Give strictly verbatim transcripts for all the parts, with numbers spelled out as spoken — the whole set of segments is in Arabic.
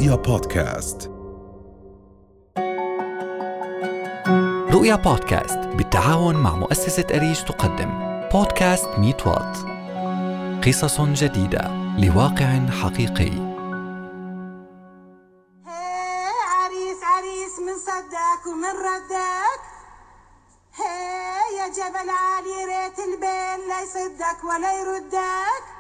رؤيا بودكاست. رؤيا بودكاست بالتعاون مع مؤسسة أريج تقدم بودكاست ميت وات، قصص جديدة لواقع حقيقي. هي عريس عريس من صداك ومن رداك، هي يا جبل عالي ريت البين لا يصدك ولا يردك.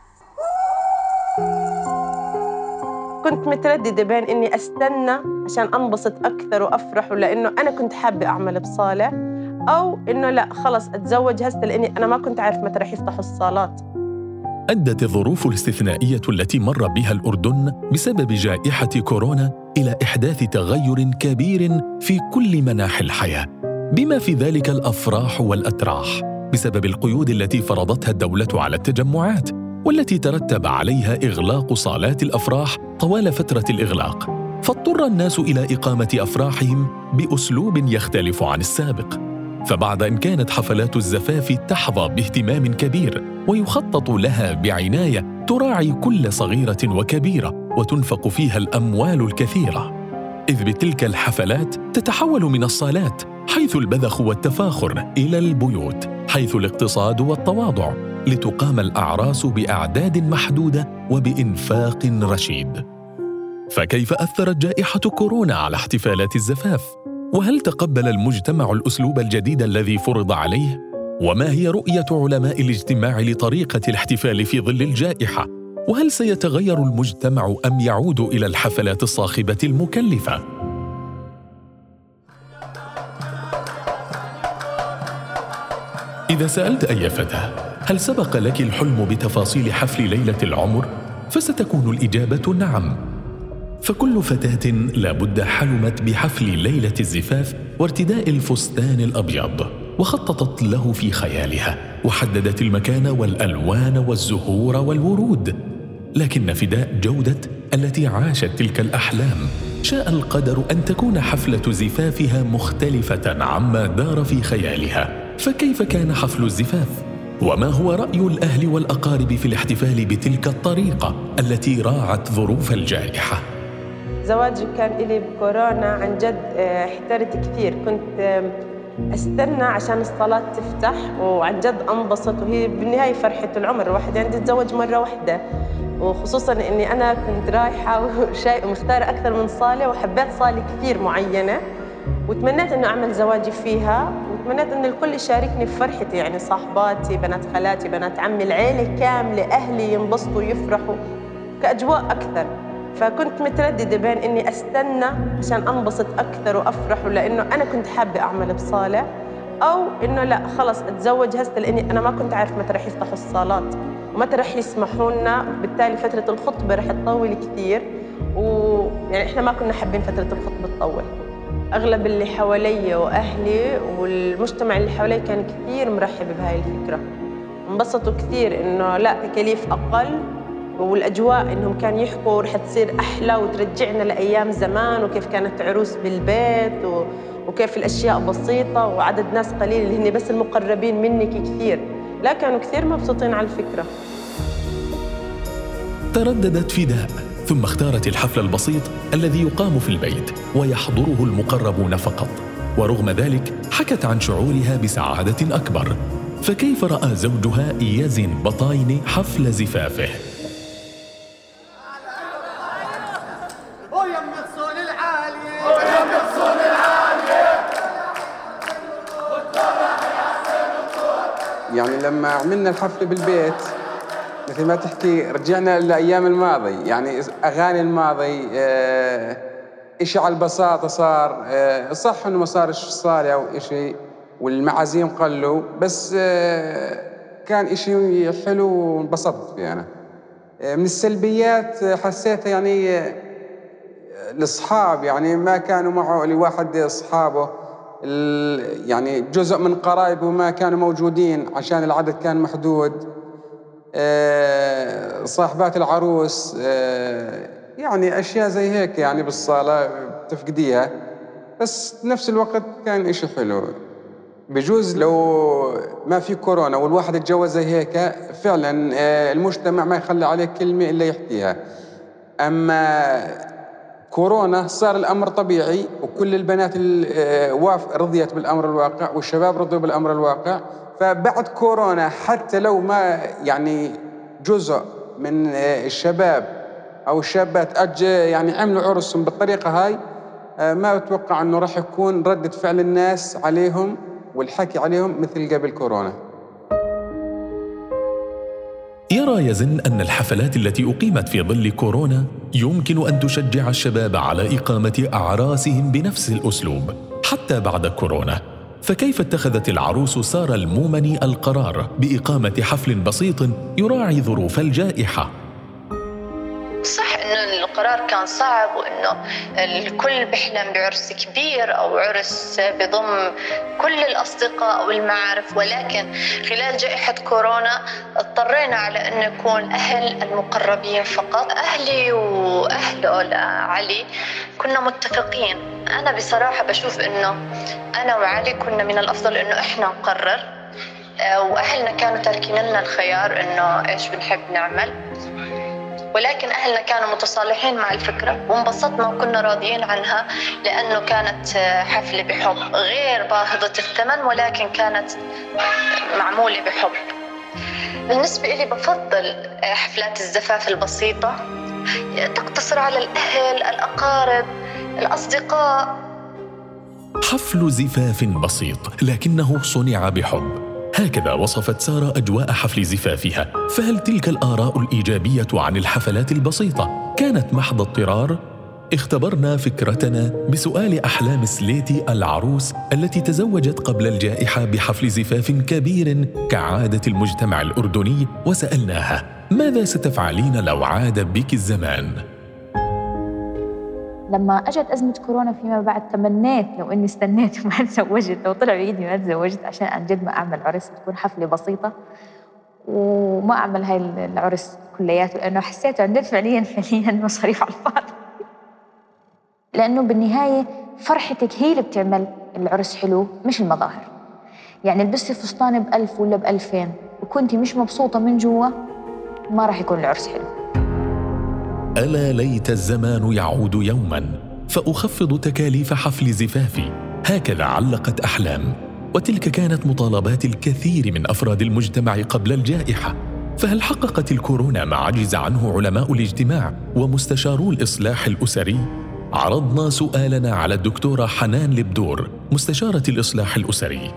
كنت مترددة بين إني أستنى عشان أنبسط أكثر وأفرح، لأنه أنا كنت حابة أعمل بصالة، أو إنه لا خلص أتزوج هسه، لأني أنا ما كنت عارف متى رح يفتحوا الصالات. أدت الظروف الاستثنائية التي مر بها الأردن بسبب جائحة كورونا إلى إحداث تغير كبير في كل مناحي الحياة، بما في ذلك الأفراح والأتراح، بسبب القيود التي فرضتها الدولة على التجمعات، والتي ترتب عليها إغلاق صالات الأفراح طوال فترة الإغلاق. فاضطر الناس إلى إقامة أفراحهم بأسلوب يختلف عن السابق. فبعد أن كانت حفلات الزفاف تحظى باهتمام كبير ويخطط لها بعناية تراعي كل صغيرة وكبيرة وتنفق فيها الأموال الكثيرة، إذ بتلك الحفلات تتحول من الصالات حيث البذخ والتفاخر إلى البيوت حيث الاقتصاد والتواضع، لتقام الأعراس بأعداد محدودة وبإنفاق رشيد. فكيف أثرت جائحة كورونا على احتفالات الزفاف؟ وهل تقبل المجتمع الأسلوب الجديد الذي فرض عليه؟ وما هي رؤية علماء الاجتماع لطريقة الاحتفال في ظل الجائحة؟ وهل سيتغير المجتمع أم يعود إلى الحفلات الصاخبة المكلفة؟ إذا سألت أي فتاة هل سبق لك الحلم بتفاصيل حفل ليلة العمر؟ فستكون الإجابة نعم. فكل فتاة لابد حلمت بحفل ليلة الزفاف وارتداء الفستان الأبيض، وخططت له في خيالها، وحددت المكان والألوان والزهور والورود. لكن فداء جودة التي عاشت تلك الأحلام، شاء القدر أن تكون حفلة زفافها مختلفة عما دار في خيالها. فكيف كان حفل الزفاف؟ وما هو رأي الأهل والأقارب في الاحتفال بتلك الطريقة التي راعت ظروف الجائحة؟ زواجي كان إلي بكورونا عن جد احترت كثير. كنت أستنى عشان الصلاة تفتح وعن جد أنبسط، وهي بالنهاية فرحة العمر، الواحد يعني يتزوج مرة واحدة، وخصوصاً إني أنا كنت رايحة ومختارة أكثر من صالة، وحبيت صالة كثير معينة، وتمنيت إنه أعمل زواجي فيها، وتمنيت إن الكل يشاركني في فرحتي، يعني صاحباتي، بنات خالاتي، بنات عمي، العيلة كاملة، أهلي ينبسطوا ويفرحوا كأجواء أكثر. فكنت مترددة بين إني أستنى عشان أنبسط أكثر وأفرح، لأنه أنا كنت حابة أعمل بصالة، أو إنه لا خلص أتزوج هسه، لأني أنا ما كنت عارف متى رح يفتحوا الصالات ومتى رح يسمحوا لنا، بالتالي فترة الخطبة رح تطول كثير، ويعني إحنا ما كنا حابين فترة الخطبة تطول. أغلب اللي حوالي وأهلي والمجتمع اللي حوالي كان كثير مرحب بهاي الفكرة، انبسطوا كثير إنه لا تكاليف أقل، والأجواء إنهم كانوا يحكوا رح تصير أحلى وترجعنا لأيام زمان، وكيف كانت عروس بالبيت، و... وكيف الأشياء بسيطة وعدد ناس قليل اللي هن بس المقربين منك كثير. لا كانوا كثير مبسوطين على الفكرة. ترددت فداء ثم اختارت الحفل البسيط الذي يقام في البيت ويحضره المقربون فقط، ورغم ذلك حكت عن شعورها بسعادة أكبر. فكيف رأى زوجها يزن بطايني حفل زفافه؟ يعني لما عملنا الحفلة بالبيت مثل ما تحكي رجعنا لأيام الماضي، يعني أغاني الماضي، اه إشي على البساطة صار. اه صح إنه ما صارش صالة أو إشي والمعازيم قلوا، بس اه كان إشي حلو وانبسطت فيه أنا. اه من السلبيات حسيتها يعني اه الأصحاب، يعني ما كانوا معه لواحد أصحابه، يعني جزء من قرايبه ما كانوا موجودين عشان العدد كان محدود. أه صاحبات العروس، أه يعني أشياء زي هيك يعني بالصالة بتفقديها، بس بنفس الوقت كان إشي حلو. بجوز لو ما في كورونا والواحد يتجوز زي هيك فعلا أه المجتمع ما يخلي عليه كلمة إلا يحكيها. أما كورونا صار الأمر طبيعي، وكل البنات الواف رضيت بالأمر الواقع، والشباب رضوا بالأمر الواقع. فبعد كورونا حتى لو ما يعني جزء من الشباب أو الشابات أج يعني عملوا عرسهم بالطريقة هاي، ما أتوقع أنه راح يكون ردة فعل الناس عليهم والحكي عليهم مثل قبل كورونا. يرى يزن أن الحفلات التي أقيمت في ظل كورونا يمكن أن تشجع الشباب على إقامة أعراسهم بنفس الأسلوب حتى بعد كورونا. فكيف اتخذت العروس سارة المومني القرار بإقامة حفل بسيط يراعي ظروف الجائحة؟ صح إنه القرار كان صعب، وإنه الكل بيحلم بعرس كبير أو عرس بضم كل الأصدقاء والمعارف، ولكن خلال جائحة كورونا اضطرينا على أن يكون أهل المقربين فقط. أهلي وأهله علي كنا متفقين. أنا بصراحة بشوف إنه أنا وعلي كنا من الأفضل إنه إحنا نقرر، وأهلنا كانوا تاركين لنا الخيار إنه إيش بنحب نعمل، ولكن أهلنا كانوا متصالحين مع الفكرة وانبسطنا وكنا راضيين عنها، لأنه كانت حفلة بحب غير باهظة الثمن، ولكن كانت معمولة بحب. بالنسبة لي بفضل حفلات الزفاف البسيطة تقتصر على الأهل، الأقارب، الأصدقاء. حفل زفاف بسيط لكنه صنع بحب، هكذا وصفت سارة أجواء حفل زفافها. فهل تلك الآراء الإيجابية عن الحفلات البسيطة كانت محض اضطرار؟ اختبرنا فكرتنا بسؤال أحلام سليتي العروس التي تزوجت قبل الجائحة بحفل زفاف كبير كعادة المجتمع الأردني، وسألناها: ماذا ستفعلين لو عاد بك الزمان؟ لما أجت أزمة كورونا فيما بعد تمنيت لو إني استنيت وما تزوجت، لو طلع بإيدي ما تزوجت، عشان عن جد ما أعمل عرس، تكون حفلة بسيطة وما أعمل هاي العرس كلياته، لأنه حسيته عن جد فعلياً فعلياً مصاريف على الفاضي. لأنه بالنهاية فرحتك هي اللي بتعمل العرس حلو، مش المظاهر. يعني لبستي فستان بألف ولا بألفين وكنتي مش مبسوطة من جوا، ما راح يكون العرس حلو. ألا ليت الزمان يعود يوماً فأخفض تكاليف حفل زفافي، هكذا علقت أحلام. وتلك كانت مطالبات الكثير من أفراد المجتمع قبل الجائحة. فهل حققت الكورونا ما عجز عنه علماء الاجتماع ومستشارو الإصلاح الأسري؟ عرضنا سؤالنا على الدكتورة حنان لبدور مستشارة الإصلاح الأسري.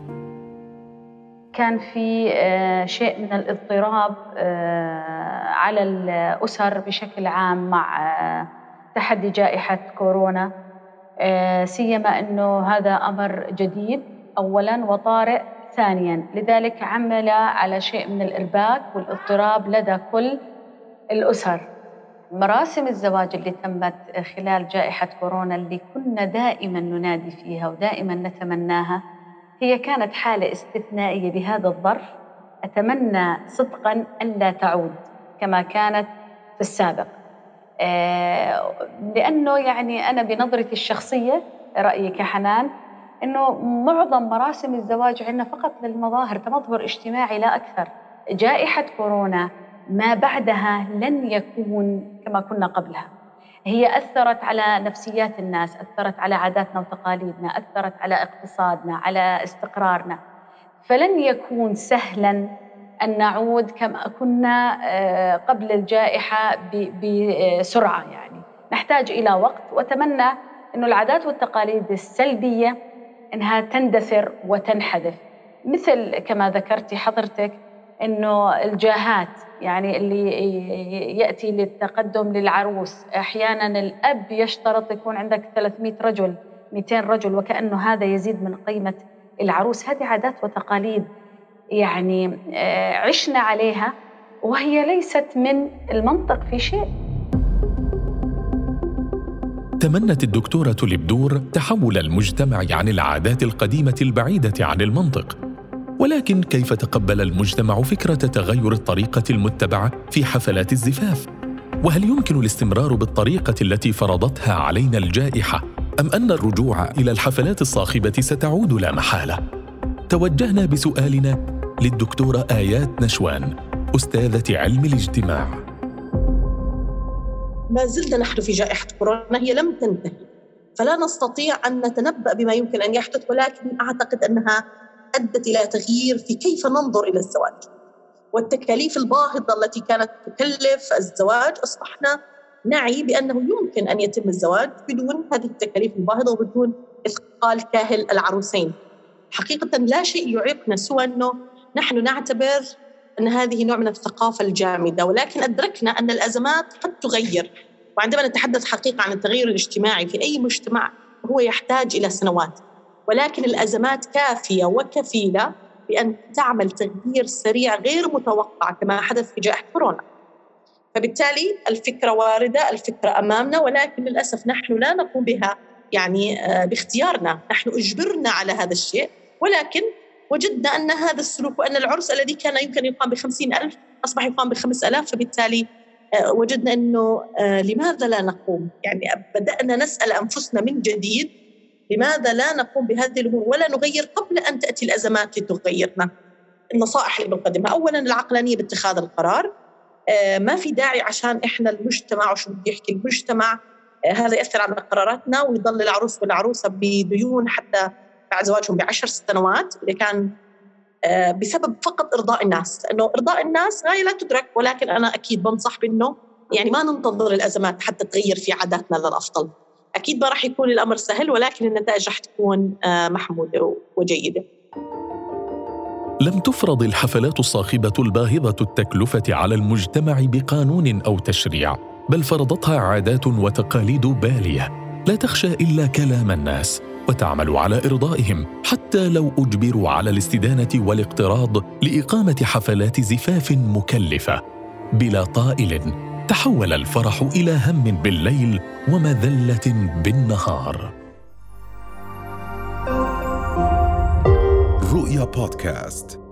كان في شيء من الاضطراب على الأسر بشكل عام مع تحدي جائحة كورونا، سيما أنه هذا أمر جديد أولاً وطارئ ثانياً، لذلك عمل على شيء من الإرباك والاضطراب لدى كل الأسر. مراسم الزواج اللي تمت خلال جائحة كورونا اللي كنا دائماً ننادي فيها ودائماً نتمناها، هي كانت حالة استثنائية بهذا الظرف. أتمنى صدقاً أن لا تعود كما كانت في السابق، آه لأنه يعني أنا بنظرتي الشخصية رأيي كحنان أنه معظم مراسم الزواج عندنا فقط للمظاهر، تمظهر اجتماعي لا أكثر. جائحة كورونا ما بعدها لن يكون كما كنا قبلها. هي أثرت على نفسيات الناس، أثرت على عاداتنا وتقاليدنا، أثرت على اقتصادنا، على استقرارنا. فلن يكون سهلاً أن نعود كما كنا قبل الجائحة بسرعة، يعني نحتاج إلى وقت. وأتمنى أن العادات والتقاليد السلبية أنها تندثر وتنحذف، مثل كما ذكرتي حضرتك أنه الجاهات، يعني اللي يأتي للتقدم للعروس أحياناً الأب يشترط يكون عندك ثلاثمئة رجل مئتين رجل، وكأنه هذا يزيد من قيمة العروس. هذه عادات وتقاليد يعني عشنا عليها وهي ليست من المنطق في شيء. تمنت الدكتورة لبدور تحول المجتمع عن العادات القديمة البعيدة عن المنطق، ولكن كيف تقبل المجتمع فكرة تغير الطريقة المتبعة في حفلات الزفاف؟ وهل يمكن الاستمرار بالطريقة التي فرضتها علينا الجائحة، أم أن الرجوع إلى الحفلات الصاخبة ستعود لا محالة؟ توجهنا بسؤالنا للدكتورة آيات نشوان أستاذة علم الاجتماع. ما زلنا نحن في جائحة كورونا، هي لم تنتهي، فلا نستطيع أن نتنبأ بما يمكن أن يحدث، ولكن أعتقد أنها أدت إلى تغيير في كيف ننظر إلى الزواج، والتكاليف الباهظة التي كانت تكلف الزواج أصبحنا نعي بأنه يمكن أن يتم الزواج بدون هذه التكاليف الباهظة وبدون إثقال كاهل العروسين. حقيقة لا شيء يعيقنا سوى أنه نحن نعتبر أن هذه نوع من الثقافة الجامدة، ولكن أدركنا أن الأزمات قد تغير. وعندما نتحدث حقيقة عن التغير الاجتماعي في أي مجتمع هو يحتاج إلى سنوات، ولكن الأزمات كافية وكفيلة بأن تعمل تغيير سريع غير متوقع كما حدث في جائحة كورونا. فبالتالي الفكرة واردة، الفكرة أمامنا، ولكن للأسف نحن لا نقوم بها يعني باختيارنا، نحن أجبرنا على هذا الشيء، ولكن وجدنا أن هذا السلوك وأن العرس الذي كان يمكن يقام بخمسين ألف أصبح يقام بخمس ألاف، فبالتالي وجدنا أنه لماذا لا نقوم؟ يعني بدأنا نسأل أنفسنا من جديد لماذا لا نقوم بهذه الأمور ولا نغير قبل أن تأتي الأزمات لتغيرنا. النصائح اللي بنقدمها أولاً العقلانية باتخاذ القرار، ما في داعي عشان إحنا المجتمع وشو بدي يحكي المجتمع هذا يأثر على قراراتنا ويضل العروس والعروسة بديون حتى بعد زواجهم بعشر سنوات إذا كان بسبب فقط إرضاء الناس، لأنه إرضاء الناس غاية لا تدرك. ولكن أنا أكيد بنصح بأنه يعني ما ننتظر الأزمات حتى تغير في عاداتنا للأفضل. أكيد ما راح يكون الأمر سهل، ولكن النتائج راح تكون محمودة وجيدة. لم تفرض الحفلات الصاخبة الباهظة التكلفة على المجتمع بقانون أو تشريع، بل فرضتها عادات وتقاليد بالية لا تخشى إلا كلام الناس وتعمل على إرضائهم، حتى لو أجبروا على الاستدانة والاقتراض لإقامة حفلات زفاف مكلفة. بلا طائل تحول الفرح إلى هم بالليل ومذلة بالنهار. رؤيا بودكاست.